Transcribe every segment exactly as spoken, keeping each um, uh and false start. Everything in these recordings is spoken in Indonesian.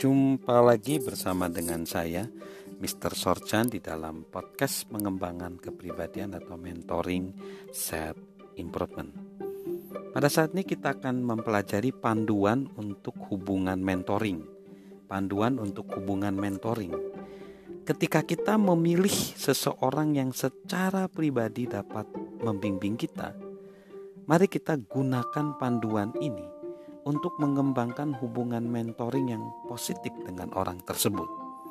Jumpa lagi bersama dengan saya, mister Sorchan, di dalam podcast pengembangan kepribadian atau mentoring self improvement. Pada saat ini kita akan mempelajari panduan untuk hubungan mentoring. Panduan untuk hubungan mentoring. Ketika kita memilih seseorang yang secara pribadi dapat membimbing kita, mari kita gunakan panduan ini untuk mengembangkan hubungan mentoring yang positif dengan orang tersebut.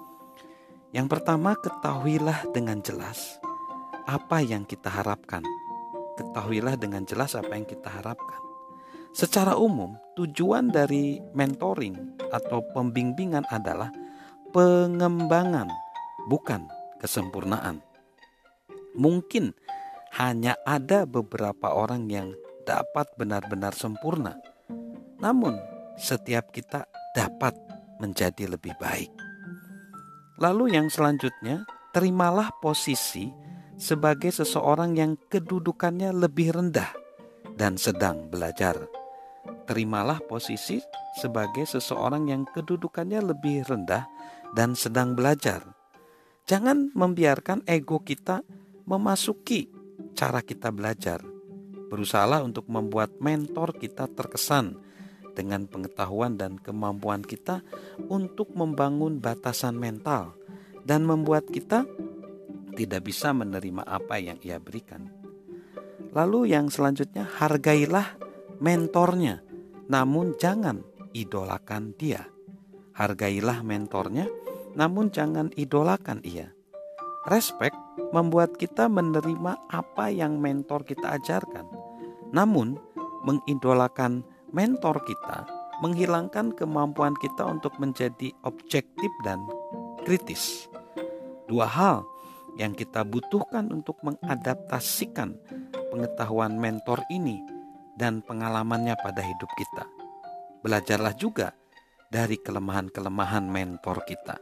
Yang pertama, ketahuilah dengan jelas apa yang kita harapkan. Ketahuilah dengan jelas apa yang kita harapkan. Secara umum, tujuan dari mentoring atau pembimbingan adalah pengembangan, bukan kesempurnaan. Mungkin hanya ada beberapa orang yang dapat benar-benar sempurna, namun setiap kita dapat menjadi lebih baik. Lalu yang selanjutnya, terimalah posisi sebagai seseorang yang kedudukannya lebih rendah dan sedang belajar. Terimalah posisi sebagai seseorang yang kedudukannya lebih rendah dan sedang belajar. Jangan membiarkan ego kita memasuki cara kita belajar. Berusahalah untuk membuat mentor kita terkesan dengan pengetahuan dan kemampuan kita untuk membangun batasan mental dan membuat kita tidak bisa menerima apa yang ia berikan. Lalu yang selanjutnya, hargailah mentornya, namun jangan idolakan dia. Hargailah mentornya, namun jangan idolakan ia. Respect membuat kita menerima apa yang mentor kita ajarkan. Namun mengidolakan mentor kita menghilangkan kemampuan kita untuk menjadi objektif dan kritis. Dua hal yang kita butuhkan untuk mengadaptasikan pengetahuan mentor ini dan pengalamannya pada hidup kita. Belajarlah juga dari kelemahan-kelemahan mentor kita.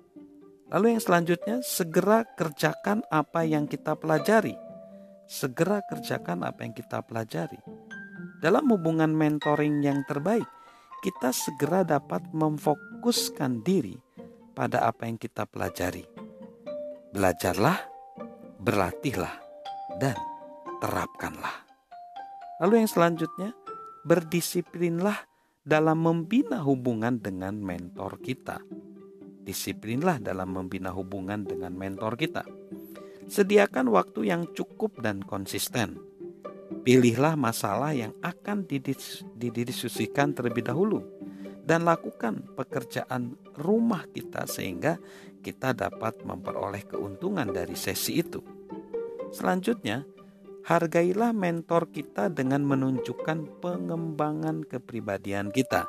Lalu yang selanjutnya, segera kerjakan apa yang kita pelajari. Segera kerjakan apa yang kita pelajari. Dalam hubungan mentoring yang terbaik, kita segera dapat memfokuskan diri pada apa yang kita pelajari. Belajarlah, berlatihlah, dan terapkanlah. Lalu yang selanjutnya, berdisiplinlah dalam membina hubungan dengan mentor kita. Disiplinlah dalam membina hubungan dengan mentor kita. Sediakan waktu yang cukup dan konsisten. Pilihlah masalah yang akan didis- didiskusikan terlebih dahulu dan lakukan pekerjaan rumah kita sehingga kita dapat memperoleh keuntungan dari sesi itu. Selanjutnya, hargailah mentor kita dengan menunjukkan pengembangan kepribadian kita.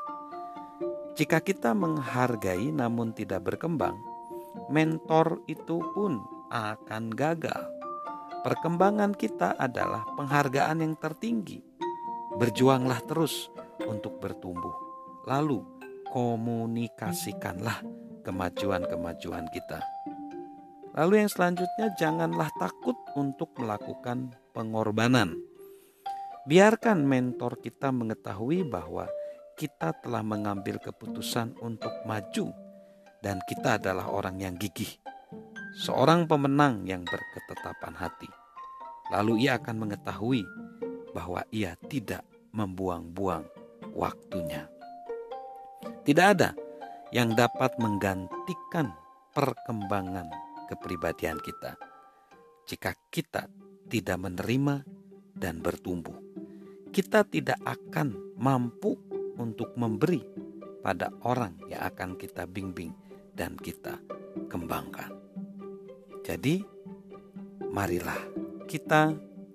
Jika kita menghargai namun tidak berkembang, mentor itu pun akan gagal. Perkembangan kita adalah penghargaan yang tertinggi. Berjuanglah terus untuk bertumbuh. Lalu komunikasikanlah kemajuan-kemajuan kita. Lalu yang selanjutnya, janganlah takut untuk melakukan pengorbanan. Biarkan mentor kita mengetahui bahwa kita telah mengambil keputusan untuk maju dan kita adalah orang yang gigih. Seorang pemenang yang berketetapan hati. Lalu ia akan mengetahui bahwa ia tidak membuang-buang waktunya. Tidak ada yang dapat menggantikan perkembangan kepribadian kita jika kita tidak menerima dan bertumbuh. Kita tidak akan mampu untuk memberi pada orang yang akan kita bimbing dan kita kembangkan. Jadi, marilah kita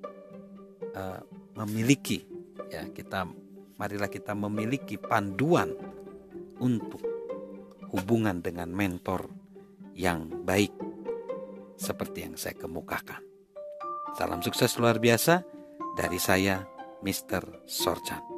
uh, memiliki, ya kita, marilah kita memiliki panduan untuk hubungan dengan mentor yang baik, seperti yang saya kemukakan. Salam sukses luar biasa dari saya, mister Sorchan.